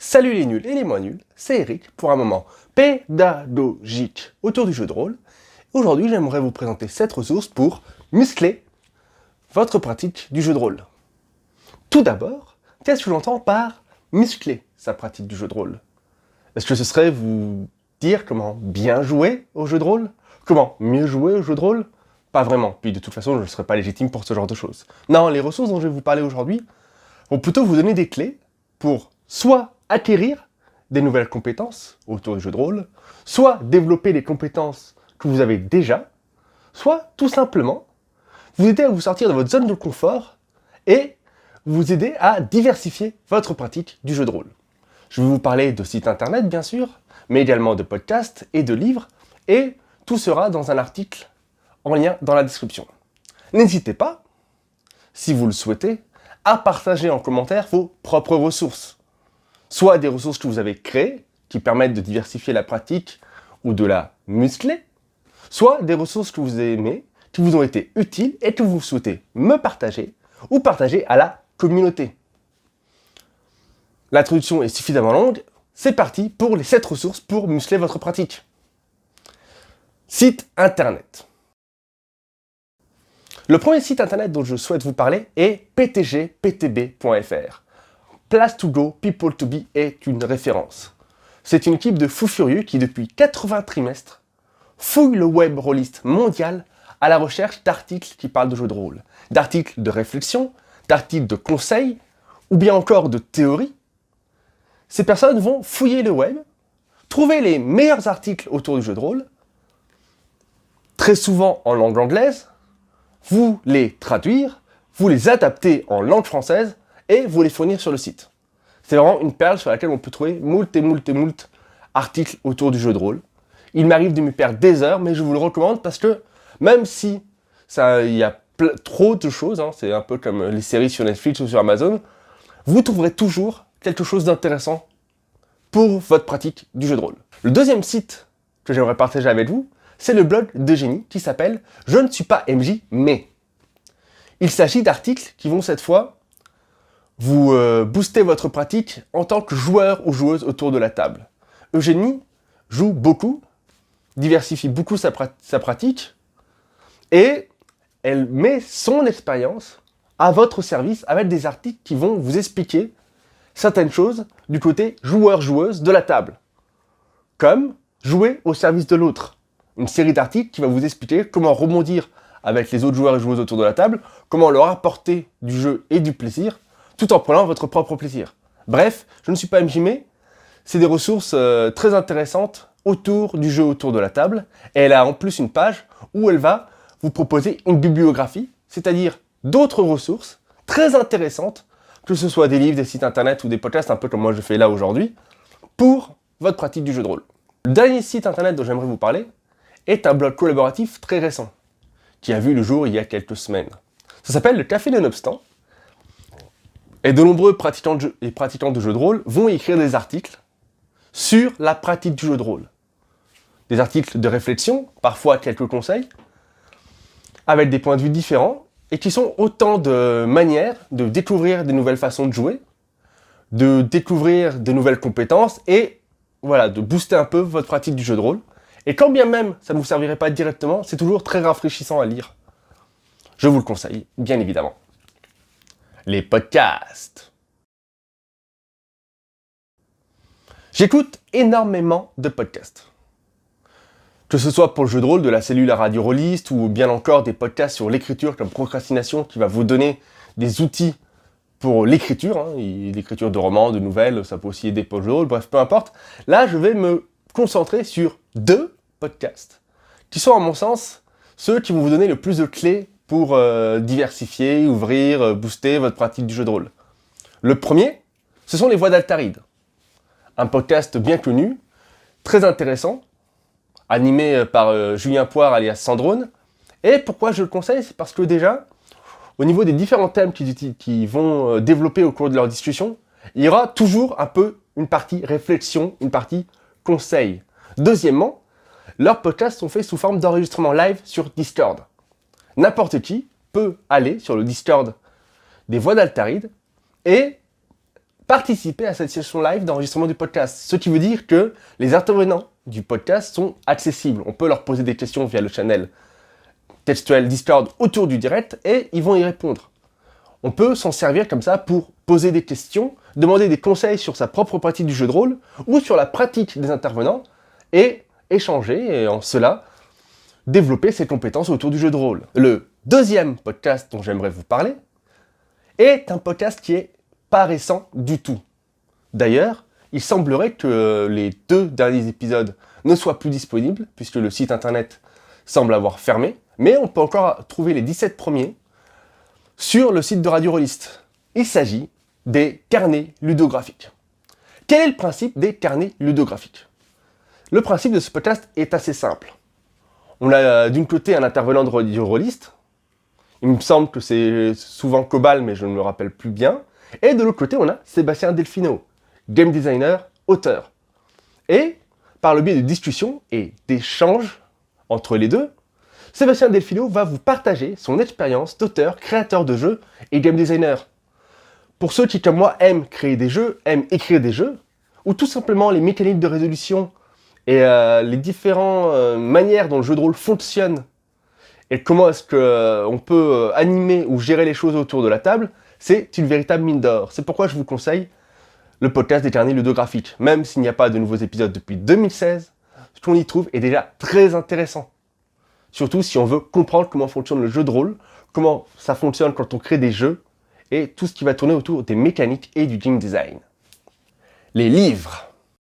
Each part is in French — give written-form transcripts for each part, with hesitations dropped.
Salut les nuls et les moins nuls, c'est Eric pour un moment pédagogique autour du jeu de rôle. Aujourd'hui, j'aimerais vous présenter 7 ressources pour muscler votre pratique du jeu de rôle. Tout d'abord, qu'est-ce que j'entends par muscler sa pratique du jeu de rôle? Est-ce que ce serait vous dire comment bien jouer au jeu de rôle? Comment mieux jouer au jeu de rôle? Pas vraiment, puis de toute façon, je ne serais pas légitime pour ce genre de choses. Non, les ressources dont je vais vous parler aujourd'hui vont plutôt vous donner des clés pour soit acquérir des nouvelles compétences autour du jeu de rôle, soit développer les compétences que vous avez déjà, soit tout simplement vous aider à vous sortir de votre zone de confort et vous aider à diversifier votre pratique du jeu de rôle. Je vais vous parler de sites internet bien sûr, mais également de podcasts et de livres, et tout sera dans un article en lien dans la description. N'hésitez pas, si vous le souhaitez, à partager en commentaire vos propres ressources. Soit des ressources que vous avez créées, qui permettent de diversifier la pratique ou de la muscler, soit des ressources que vous aimez, qui vous ont été utiles et que vous souhaitez me partager ou partager à la communauté. L'introduction est suffisamment longue, c'est parti pour les 7 ressources pour muscler votre pratique. Site internet. Le premier site internet dont je souhaite vous parler est ptgptb.fr. Place to Go, People to Be est une référence. C'est une équipe de fous furieux qui, depuis 80 trimestres, fouille le web rôliste mondial à la recherche d'articles qui parlent de jeux de rôle, d'articles de réflexion, d'articles de conseils, ou bien encore de théories. Ces personnes vont fouiller le web, trouver les meilleurs articles autour du jeu de rôle, très souvent en langue anglaise, vous les traduire, vous les adapter en langue française, et vous les fournir sur le site. C'est vraiment une perle sur laquelle on peut trouver moult articles autour du jeu de rôle. Il m'arrive de m'y perdre des heures, mais je vous le recommande parce que même si il y a trop de choses, c'est un peu comme les séries sur Netflix ou sur Amazon, vous trouverez toujours quelque chose d'intéressant pour votre pratique du jeu de rôle. Le deuxième site que j'aimerais partager avec vous, c'est le blog d'Eugénie qui s'appelle « Je ne suis pas MJ, mais ». Il s'agit d'articles qui vont cette fois vous boostez votre pratique en tant que joueur ou joueuse autour de la table. Eugénie joue beaucoup, diversifie beaucoup sa pratique, et elle met son expérience à votre service avec des articles qui vont vous expliquer certaines choses du côté joueur-joueuse de la table. Comme jouer au service de l'autre. Une série d'articles qui va vous expliquer comment rebondir avec les autres joueurs et joueuses autour de la table, comment leur apporter du jeu et du plaisir, tout en prenant votre propre plaisir. Bref, je ne suis pas MJ, mais c'est des ressources très intéressantes autour du jeu autour de la table. Et elle a en plus une page où elle va vous proposer une bibliographie, c'est-à-dire d'autres ressources très intéressantes, que ce soit des livres, des sites internet ou des podcasts, un peu comme moi je fais là aujourd'hui, pour votre pratique du jeu de rôle. Le dernier site internet dont j'aimerais vous parler est un blog collaboratif très récent, qui a vu le jour il y a quelques semaines. Ça s'appelle le Café Nonobstant. Et de nombreux pratiquants de jeux de rôle vont écrire des articles sur la pratique du jeu de rôle. Des articles de réflexion, parfois quelques conseils, avec des points de vue différents, et qui sont autant de manières de découvrir des nouvelles façons de jouer, de découvrir de nouvelles compétences, et voilà, de booster un peu votre pratique du jeu de rôle. Et quand bien même ça ne vous servirait pas directement, c'est toujours très rafraîchissant à lire. Je vous le conseille, bien évidemment. Les podcasts. J'écoute énormément de podcasts. Que ce soit pour le jeu de rôle de la cellule à radio rôliste ou bien encore des podcasts sur l'écriture comme Procrastination qui va vous donner des outils pour l'écriture, l'écriture de romans, de nouvelles, ça peut aussi aider pour le jeu de rôle, bref, peu importe. Là, je vais me concentrer sur 2 podcasts qui sont à mon sens ceux qui vont vous donner le plus de clés pour diversifier, ouvrir, booster votre pratique du jeu de rôle. Le premier, ce sont les Voix d'Altaride. Un podcast bien connu, très intéressant, animé par Julien Poire alias Sandrone. Et pourquoi je le conseille? C'est parce que déjà, au niveau des différents thèmes qu'ils vont développer au cours de leur discussion, il y aura toujours un peu une partie réflexion, une partie conseil. Deuxièmement, leurs podcasts sont faits sous forme d'enregistrement live sur Discord. N'importe qui peut aller sur le Discord des Voix d'Altaride et participer à cette session live d'enregistrement du podcast. Ce qui veut dire que les intervenants du podcast sont accessibles. On peut leur poser des questions via le channel textuel Discord autour du direct et ils vont y répondre. On peut s'en servir comme ça pour poser des questions, demander des conseils sur sa propre pratique du jeu de rôle ou sur la pratique des intervenants et échanger et en cela développer ses compétences autour du jeu de rôle. Le deuxième podcast dont j'aimerais vous parler est un podcast qui est pas récent du tout. D'ailleurs, il semblerait que les 2 derniers épisodes ne soient plus disponibles puisque le site internet semble avoir fermé, mais on peut encore trouver les 17 premiers sur le site de Radio Rollist. Il s'agit des carnets ludographiques. Quel est le principe des carnets ludographiques ? Le principe de ce podcast est assez simple. On a d'une côté un intervenant de Radio Rollist, il me semble que c'est souvent Cobal, mais je ne me rappelle plus bien, et de l'autre côté on a Sébastien Delfino, game designer, auteur. Et par le biais de discussions et d'échanges entre les deux, Sébastien Delfino va vous partager son expérience d'auteur, créateur de jeux et game designer. Pour ceux qui, comme moi, aiment créer des jeux, aiment écrire des jeux, ou tout simplement les mécaniques de résolution et les différentes manières dont le jeu de rôle fonctionne, et comment est-ce qu'on peut animer ou gérer les choses autour de la table, c'est une véritable mine d'or. C'est pourquoi je vous conseille le podcast des carnets ludographiques. Même s'il n'y a pas de nouveaux épisodes depuis 2016, ce qu'on y trouve est déjà très intéressant. Surtout si on veut comprendre comment fonctionne le jeu de rôle, comment ça fonctionne quand on crée des jeux, et tout ce qui va tourner autour des mécaniques et du game design. Les livres.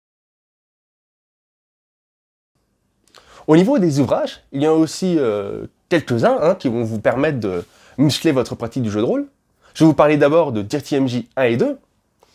Au niveau des ouvrages, il y en a aussi quelques-uns qui vont vous permettre de muscler votre pratique du jeu de rôle. Je vais vous parler d'abord de Dirty MJ 1 et 2.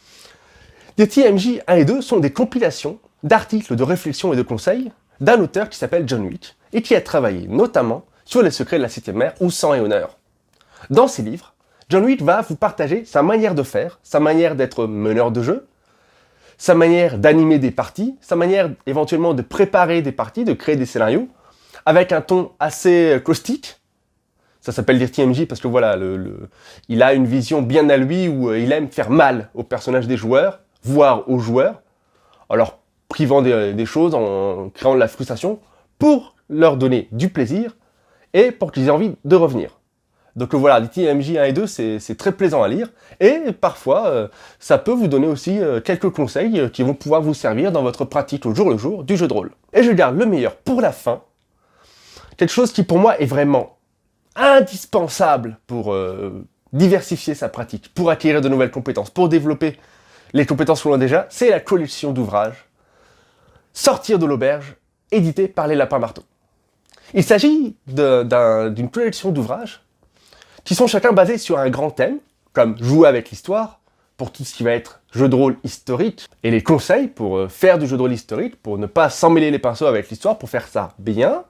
Dirty MJ 1 et 2 sont des compilations d'articles de réflexion et de conseils d'un auteur qui s'appelle John Wick et qui a travaillé notamment sur les secrets de la 7ème mer ou Sang et Honneur. Dans ces livres, John Wick va vous partager sa manière de faire, sa manière d'être meneur de jeu, sa manière d'animer des parties, sa manière éventuellement de préparer des parties, de créer des scénarios, avec un ton assez caustique. Ça s'appelle Dirty MJ parce que voilà, il a une vision bien à lui où il aime faire mal aux personnages des joueurs, voire aux joueurs, en leur privant des choses, en créant de la frustration, pour leur donner du plaisir et pour qu'ils aient envie de revenir. Donc voilà, Dirty MJ 1 et 2, c'est très plaisant à lire, et parfois, ça peut vous donner aussi quelques conseils qui vont pouvoir vous servir dans votre pratique au jour le jour du jeu de rôle. Et je garde le meilleur pour la fin, quelque chose qui pour moi est vraiment indispensable pour diversifier sa pratique, pour acquérir de nouvelles compétences, pour développer les compétences qu'on a déjà, c'est la collection d'ouvrages Sortir de l'auberge, édité par les Lapins Marteaux. Il s'agit d'une collection d'ouvrages qui sont chacun basés sur un grand thème, comme jouer avec l'histoire, pour tout ce qui va être jeu de rôle historique, et les conseils pour faire du jeu de rôle historique, pour ne pas s'emmêler les pinceaux avec l'histoire, pour faire ça bien.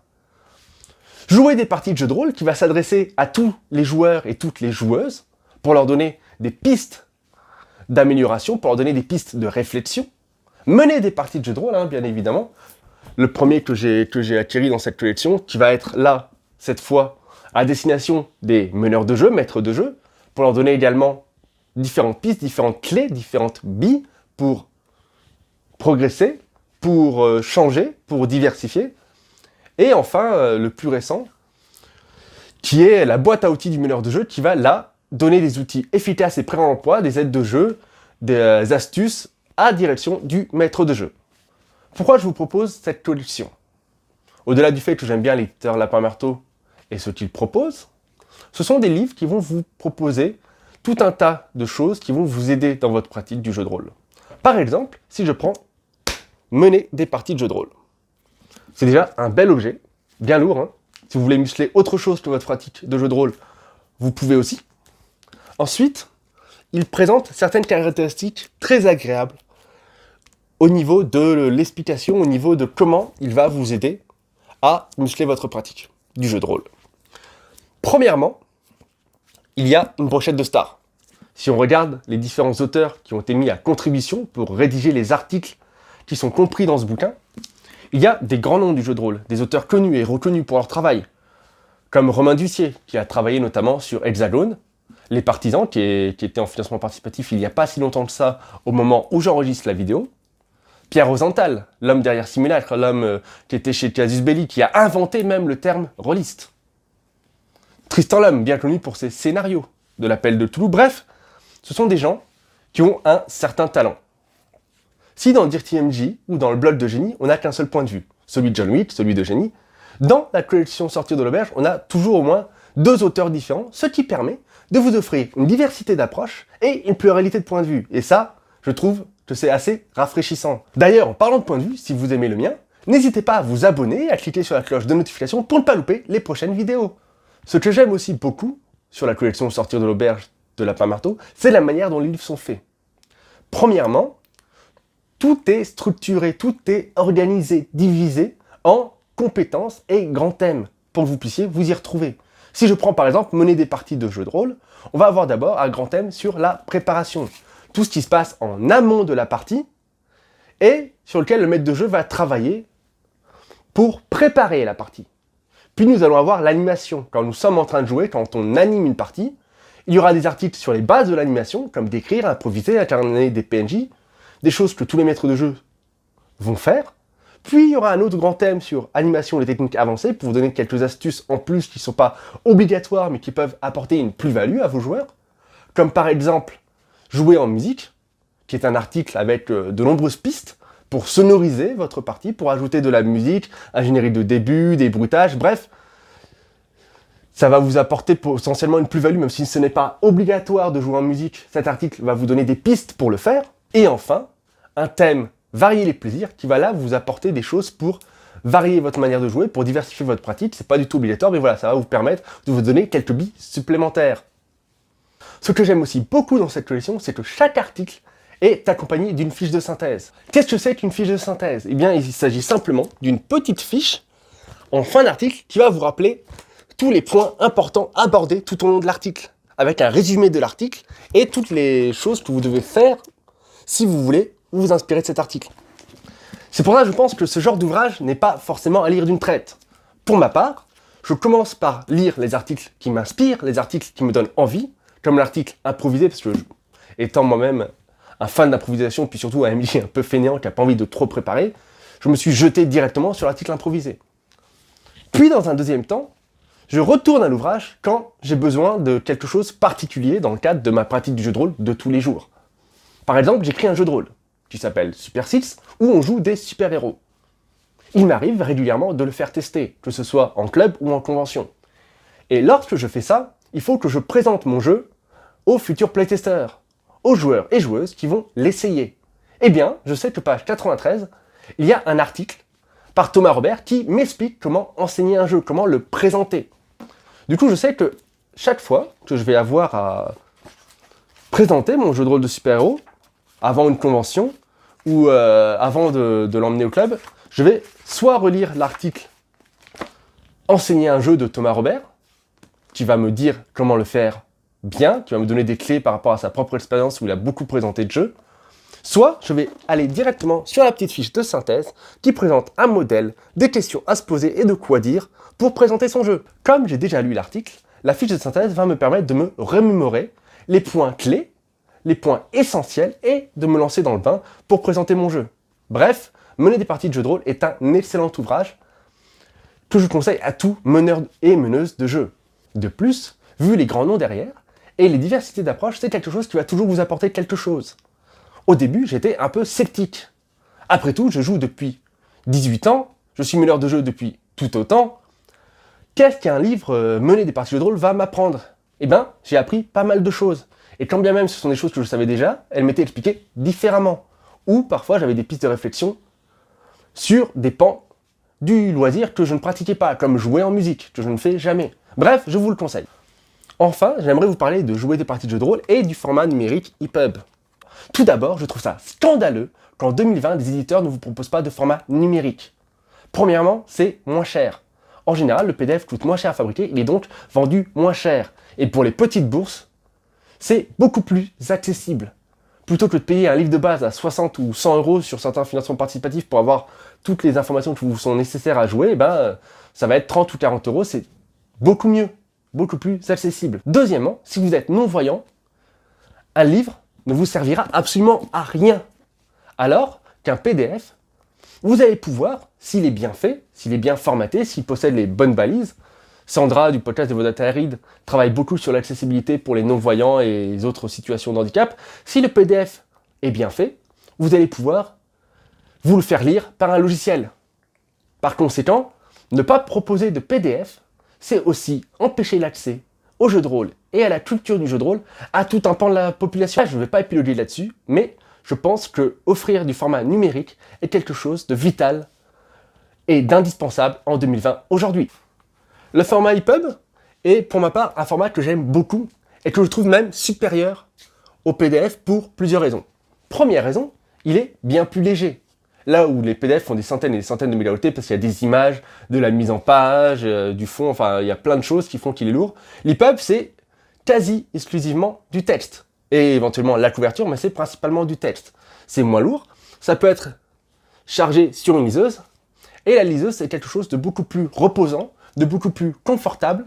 Jouer des parties de jeu de rôle qui va s'adresser à tous les joueurs et toutes les joueuses, pour leur donner des pistes d'amélioration, pour leur donner des pistes de réflexion. Mener des parties de jeu de rôle, bien évidemment. Le premier que j'ai acquis dans cette collection, qui va être là, cette fois, à destination des meneurs de jeu, maîtres de jeu, pour leur donner également différentes pistes, différentes clés, différentes billes pour progresser, pour changer, pour diversifier. Et enfin, le plus récent, qui est la boîte à outils du meneur de jeu, qui va là donner des outils efficaces et prêts en emploi, des aides de jeu, des astuces à direction du maître de jeu. Pourquoi je vous propose cette collection ? Au-delà du fait que j'aime bien l'éditeur Lapin Marteau et ce qu'il propose, ce sont des livres qui vont vous proposer tout un tas de choses qui vont vous aider dans votre pratique du jeu de rôle. Par exemple, si je prends mener des parties de jeu de rôle. C'est déjà un bel objet, bien lourd. Si vous voulez muscler autre chose que votre pratique de jeu de rôle, vous pouvez aussi. Ensuite, il présente certaines caractéristiques très agréables au niveau de l'explication, au niveau de comment il va vous aider à muscler votre pratique du jeu de rôle. Premièrement, il y a une brochette de stars. Si on regarde les différents auteurs qui ont été mis à contribution pour rédiger les articles qui sont compris dans ce bouquin, il y a des grands noms du jeu de rôle, des auteurs connus et reconnus pour leur travail, comme Romain Dussier, qui a travaillé notamment sur Hexagone, Les Partisans, qui étaient en financement participatif il n'y a pas si longtemps que ça, au moment où j'enregistre la vidéo. Pierre Rosenthal, l'homme derrière Simulacre, l'homme qui était chez Casus Belli, qui a inventé même le terme rôliste. Tristan Lhomme, bien connu pour ses scénarios de l'Appel de Toulouse. Bref, ce sont des gens qui ont un certain talent. Si dans DirtyMG ou dans le blog de Génie, on n'a qu'un seul point de vue, celui de John Wick, celui de Génie, dans la collection Sortir de l'auberge, on a toujours au moins 2 auteurs différents, ce qui permet de vous offrir une diversité d'approches et une pluralité de points de vue. Et ça, je trouve que c'est assez rafraîchissant. D'ailleurs, en parlant de points de vue, si vous aimez le mien, n'hésitez pas à vous abonner et à cliquer sur la cloche de notification pour ne pas louper les prochaines vidéos. Ce que j'aime aussi beaucoup sur la collection Sortir de l'auberge de Lapin Marteau, c'est la manière dont les livres sont faits. Premièrement, tout est structuré, tout est organisé, divisé en compétences et grands thèmes pour que vous puissiez vous y retrouver. Si je prends par exemple mener des parties de jeux de rôle, on va avoir d'abord un grand thème sur la préparation. Tout ce qui se passe en amont de la partie et sur lequel le maître de jeu va travailler pour préparer la partie. Puis nous allons avoir l'animation. Quand nous sommes en train de jouer, quand on anime une partie, il y aura des articles sur les bases de l'animation, comme décrire, improviser, incarner des PNJ, des choses que tous les maîtres de jeu vont faire. Puis il y aura un autre grand thème sur animation et techniques avancées, pour vous donner quelques astuces en plus qui ne sont pas obligatoires, mais qui peuvent apporter une plus-value à vos joueurs. Comme par exemple, jouer en musique, qui est un article avec de nombreuses pistes, pour sonoriser votre partie, pour ajouter de la musique, un générique de début, des bruitages, bref. Ça va vous apporter potentiellement une plus-value, même si ce n'est pas obligatoire de jouer en musique. Cet article va vous donner des pistes pour le faire. Et enfin, un thème varier les plaisirs qui va là vous apporter des choses pour varier votre manière de jouer, pour diversifier votre pratique. C'est pas du tout obligatoire, mais voilà, ça va vous permettre de vous donner quelques billes supplémentaires. Ce que j'aime aussi beaucoup dans cette collection, c'est que chaque article est accompagné d'une fiche de synthèse. Qu'est-ce que c'est qu'une fiche de synthèse? Eh bien, il s'agit simplement d'une petite fiche en fin d'article qui va vous rappeler tous les points importants abordés tout au long de l'article, avec un résumé de l'article et toutes les choses que vous devez faire si vous voulez vous inspirer de cet article. C'est pour ça que je pense que ce genre d'ouvrage n'est pas forcément à lire d'une traite. Pour ma part, je commence par lire les articles qui m'inspirent, les articles qui me donnent envie, comme l'article improvisé, parce que étant moi-même un fan d'improvisation, puis surtout un MJ un peu fainéant qui n'a pas envie de trop préparer, je me suis jeté directement sur l'article improvisé. Puis dans un deuxième temps, je retourne à l'ouvrage quand j'ai besoin de quelque chose de particulier dans le cadre de ma pratique du jeu de rôle de tous les jours. Par exemple, j'écris un jeu de rôle qui s'appelle Super Six, où on joue des super-héros. Il m'arrive régulièrement de le faire tester, que ce soit en club ou en convention. Et lorsque je fais ça, il faut que je présente mon jeu aux futurs playtesters, aux joueurs et joueuses qui vont l'essayer. Eh bien, je sais que page 93, il y a un article par Thomas Robert qui m'explique comment enseigner un jeu, comment le présenter. Du coup, je sais que chaque fois que je vais avoir à présenter mon jeu de rôle de super-héros, avant une convention ou avant de l'emmener au club, je vais soit relire l'article « Enseigner un jeu » de Thomas Robert, qui va me dire comment le faire bien, qui va me donner des clés par rapport à sa propre expérience où il a beaucoup présenté de jeux, soit je vais aller directement sur la petite fiche de synthèse qui présente un modèle, des questions à se poser et de quoi dire pour présenter son jeu. Comme j'ai déjà lu l'article, la fiche de synthèse va me permettre de me remémorer les points clés, les points essentiels et de me lancer dans le bain pour présenter mon jeu. Bref, Mener des parties de jeu de rôle est un excellent ouvrage que je conseille à tout meneur et meneuse de jeu. De plus, vu les grands noms derrière et les diversités d'approches, c'est quelque chose qui va toujours vous apporter quelque chose. Au début, j'étais un peu sceptique. Après tout, je joue depuis 18 ans, je suis meneur de jeu depuis tout autant. Qu'est-ce qu'un livre Mener des parties de jeu de rôle va m'apprendre? Eh bien, j'ai appris pas mal de choses. Et quand bien même ce sont des choses que je savais déjà, elles m'étaient expliquées différemment. Ou parfois j'avais des pistes de réflexion sur des pans du loisir que je ne pratiquais pas, comme jouer en musique, que je ne fais jamais. Bref, je vous le conseille. Enfin, j'aimerais vous parler de jouer des parties de jeux de rôle et du format numérique EPUB. Tout d'abord, je trouve ça scandaleux qu'en 2020, des éditeurs ne vous proposent pas de format numérique. Premièrement, c'est moins cher. En général, le PDF coûte moins cher à fabriquer, il est donc vendu moins cher. Et pour les petites bourses, c'est beaucoup plus accessible. Plutôt que de payer un livre de base à 60 ou 100 euros sur certains financements participatifs pour avoir toutes les informations qui vous sont nécessaires à jouer, ça va être 30 ou 40 euros, c'est beaucoup mieux. beaucoup plus accessible. Deuxièmement, si vous êtes non-voyant, un livre ne vous servira absolument à rien. Alors qu'un PDF, vous allez pouvoir, s'il est bien fait, s'il est bien formaté, s'il possède les bonnes balises. Sandra du podcast de vos Data Read travaille beaucoup sur l'accessibilité pour les non-voyants et les autres situations de handicap. Si le PDF est bien fait, vous allez pouvoir vous le faire lire par un logiciel. Par conséquent, ne pas proposer de PDF, c'est aussi empêcher l'accès au jeu de rôle et à la culture du jeu de rôle à tout un pan de la population. Je ne vais pas épiloguer là-dessus, mais je pense que offrir du format numérique est quelque chose de vital et d'indispensable en 2020 aujourd'hui. Le format EPUB est pour ma part un format que j'aime beaucoup et que je trouve même supérieur au PDF pour plusieurs raisons. Première raison, il est bien plus léger. Là où les PDF font des centaines et des centaines de mégaoctets parce qu'il y a des images, de la mise en page, du fond, enfin il y a plein de choses qui font qu'il est lourd. L'EPUB c'est quasi exclusivement du texte et éventuellement la couverture, mais c'est principalement du texte. C'est moins lourd, ça peut être chargé sur une liseuse et la liseuse c'est quelque chose de beaucoup plus reposant, de beaucoup plus confortable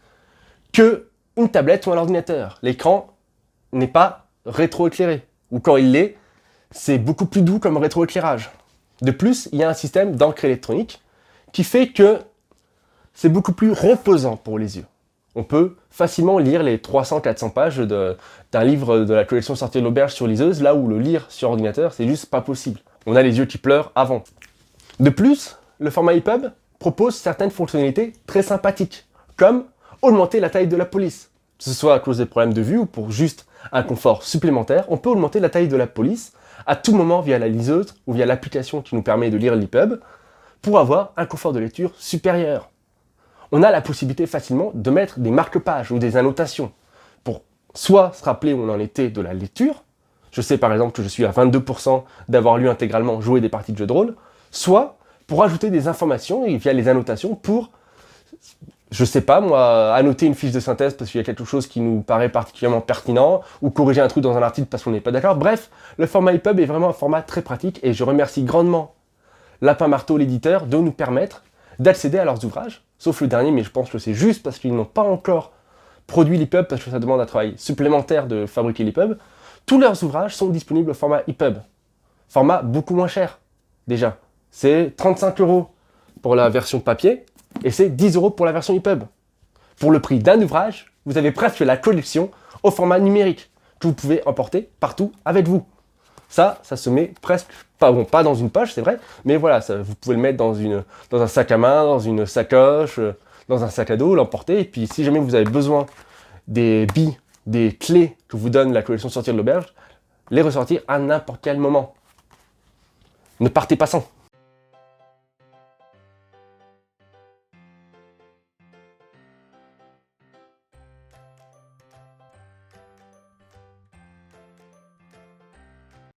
que une tablette ou un ordinateur. L'écran n'est pas rétroéclairé, ou quand il l'est, c'est beaucoup plus doux comme rétroéclairage. De plus, il y a un système d'encre électronique qui fait que c'est beaucoup plus reposant pour les yeux. On peut facilement lire les 300-400 pages d'un livre de la collection Sortir de l'auberge sur liseuse, là où le lire sur ordinateur, c'est juste pas possible. On a les yeux qui pleurent avant. De plus, le format EPUB propose certaines fonctionnalités très sympathiques, comme augmenter la taille de la police. Que ce soit à cause des problèmes de vue ou pour juste un confort supplémentaire, on peut augmenter la taille de la police à tout moment via la liseuse ou via l'application qui nous permet de lire l'EPUB pour avoir un confort de lecture supérieur. On a la possibilité facilement de mettre des marque-pages ou des annotations pour soit se rappeler où on en était de la lecture, je sais par exemple que je suis à 22% d'avoir lu intégralement jouer des parties de jeux de rôle, soit pour ajouter des informations et via les annotations pour, je sais pas moi, annoter une fiche de synthèse parce qu'il y a quelque chose qui nous paraît particulièrement pertinent, ou corriger un truc dans un article parce qu'on n'est pas d'accord. Bref, le format EPUB est vraiment un format très pratique et je remercie grandement Lapin Marteau, l'éditeur, de nous permettre d'accéder à leurs ouvrages, sauf le dernier, mais je pense que c'est juste parce qu'ils n'ont pas encore produit l'EPUB, parce que ça demande un travail supplémentaire de fabriquer l'EPUB. Tous leurs ouvrages sont disponibles au format EPUB. Format beaucoup moins cher, déjà. C'est 35 € pour la version papier et c'est 10 € pour la version EPUB. Pour le prix d'un ouvrage, vous avez presque la collection au format numérique que vous pouvez emporter partout avec vous. Ça se met presque, pas dans une poche, c'est vrai, mais voilà, vous pouvez le mettre dans un sac à main, dans une sacoche, dans un sac à dos, l'emporter. Et puis si jamais vous avez besoin des billes, des clés que vous donne la collection Sortir de l'auberge, les ressortir à n'importe quel moment. Ne partez pas sans.